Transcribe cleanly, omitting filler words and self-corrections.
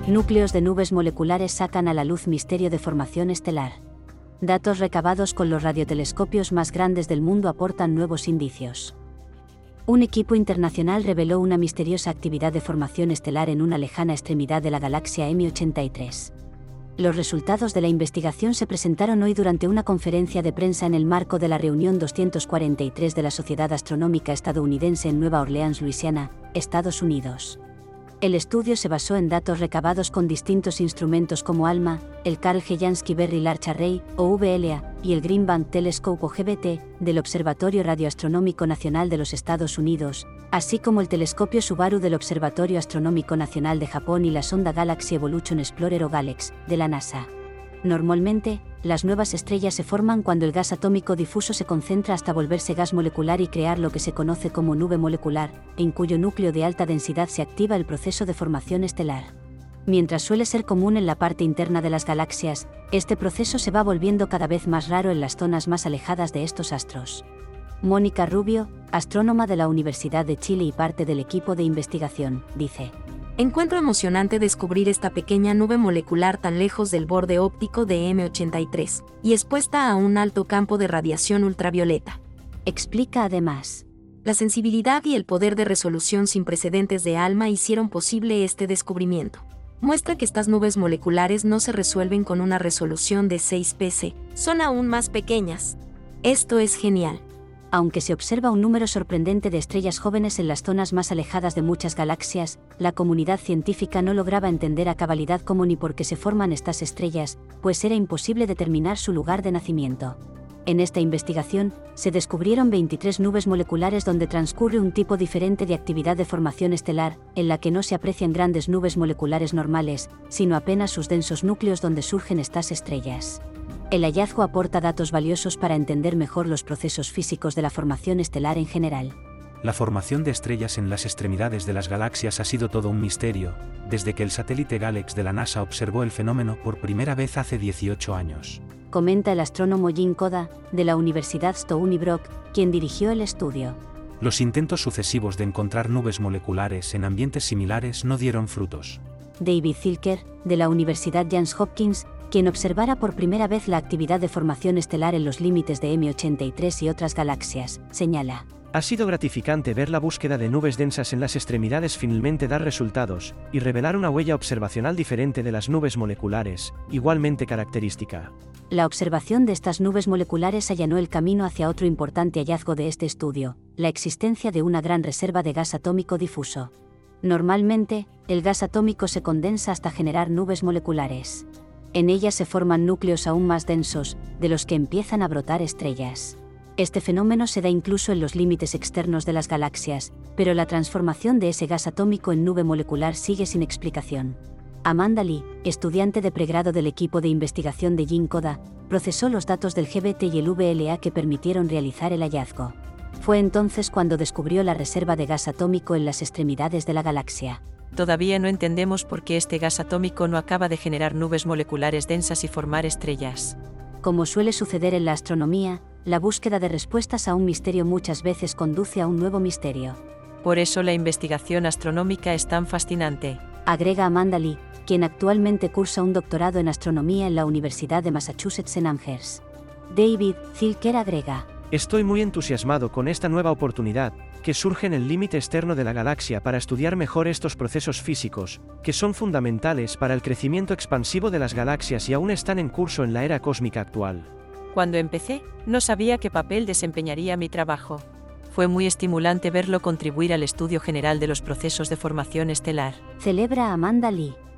Núcleos de nubes moleculares sacan a la luz misterio de formación estelar. Datos recabados con los radiotelescopios más grandes del mundo aportan nuevos indicios. Un equipo internacional reveló una misteriosa actividad de formación estelar en una lejana extremidad de la galaxia M83. Los resultados de la investigación se presentaron hoy durante una conferencia de prensa en el marco de la reunión 243 de la Sociedad Astronómica Estadounidense en Nueva Orleans, Luisiana, Estados Unidos. El estudio se basó en datos recabados con distintos instrumentos como ALMA, el Carl G. Jansky Very Large Array, o VLA, y el Green Bank Telescope o GBT, del Observatorio Radioastronómico Nacional de los Estados Unidos, así como el telescopio Subaru del Observatorio Astronómico Nacional de Japón y la sonda Galaxy Evolution Explorer o GALEX, de la NASA. Normalmente, las nuevas estrellas se forman cuando el gas atómico difuso se concentra hasta volverse gas molecular y crear lo que se conoce como nube molecular, en cuyo núcleo de alta densidad se activa el proceso de formación estelar. Mientras suele ser común en la parte interna de las galaxias, este proceso se va volviendo cada vez más raro en las zonas más alejadas de estos astros. Mónica Rubio, astrónoma de la Universidad de Chile y parte del equipo de investigación, dice: Encuentro emocionante descubrir esta pequeña nube molecular tan lejos del borde óptico de M83 y expuesta a un alto campo de radiación ultravioleta. Explica además: la sensibilidad y el poder de resolución sin precedentes de ALMA hicieron posible este descubrimiento. Muestra que estas nubes moleculares no se resuelven con una resolución de 6 pc, son aún más pequeñas. Esto es genial. Aunque se observa un número sorprendente de estrellas jóvenes en las zonas más alejadas de muchas galaxias, la comunidad científica no lograba entender a cabalidad cómo ni por qué se forman estas estrellas, pues era imposible determinar su lugar de nacimiento. En esta investigación, se descubrieron 23 nubes moleculares donde transcurre un tipo diferente de actividad de formación estelar, en la que no se aprecian grandes nubes moleculares normales, sino apenas sus densos núcleos donde surgen estas estrellas. El hallazgo aporta datos valiosos para entender mejor los procesos físicos de la formación estelar en general. La formación de estrellas en las extremidades de las galaxias ha sido todo un misterio, desde que el satélite GALEX de la NASA observó el fenómeno por primera vez hace 18 años. Comenta el astrónomo Jim Coda, de la Universidad Stony Brook, quien dirigió el estudio. Los intentos sucesivos de encontrar nubes moleculares en ambientes similares no dieron frutos. David Zilker, de la Universidad Johns Hopkins, quien observara por primera vez la actividad de formación estelar en los límites de M83 y otras galaxias, señala: ha sido gratificante ver la búsqueda de nubes densas en las extremidades finalmente dar resultados, y revelar una huella observacional diferente de las nubes moleculares, igualmente característica. La observación de estas nubes moleculares allanó el camino hacia otro importante hallazgo de este estudio, la existencia de una gran reserva de gas atómico difuso. Normalmente, el gas atómico se condensa hasta generar nubes moleculares. En ellas se forman núcleos aún más densos, de los que empiezan a brotar estrellas. Este fenómeno se da incluso en los límites externos de las galaxias, pero la transformación de ese gas atómico en nube molecular sigue sin explicación. Amanda Lee, estudiante de pregrado del equipo de investigación de Jim Coda, procesó los datos del GBT y el VLA que permitieron realizar el hallazgo. Fue entonces cuando descubrió la reserva de gas atómico en las extremidades de la galaxia. Todavía no entendemos por qué este gas atómico no acaba de generar nubes moleculares densas y formar estrellas. Como suele suceder en la astronomía, la búsqueda de respuestas a un misterio muchas veces conduce a un nuevo misterio. Por eso la investigación astronómica es tan fascinante. Agrega Amanda Lee, quien actualmente cursa un doctorado en astronomía en la Universidad de Massachusetts en Amherst. David Zilker agrega: estoy muy entusiasmado con esta nueva oportunidad, que surge en el límite externo de la galaxia para estudiar mejor estos procesos físicos, que son fundamentales para el crecimiento expansivo de las galaxias y aún están en curso en la era cósmica actual. Cuando empecé, no sabía qué papel desempeñaría mi trabajo. Fue muy estimulante verlo contribuir al estudio general de los procesos de formación estelar. Celebra Amanda Lee.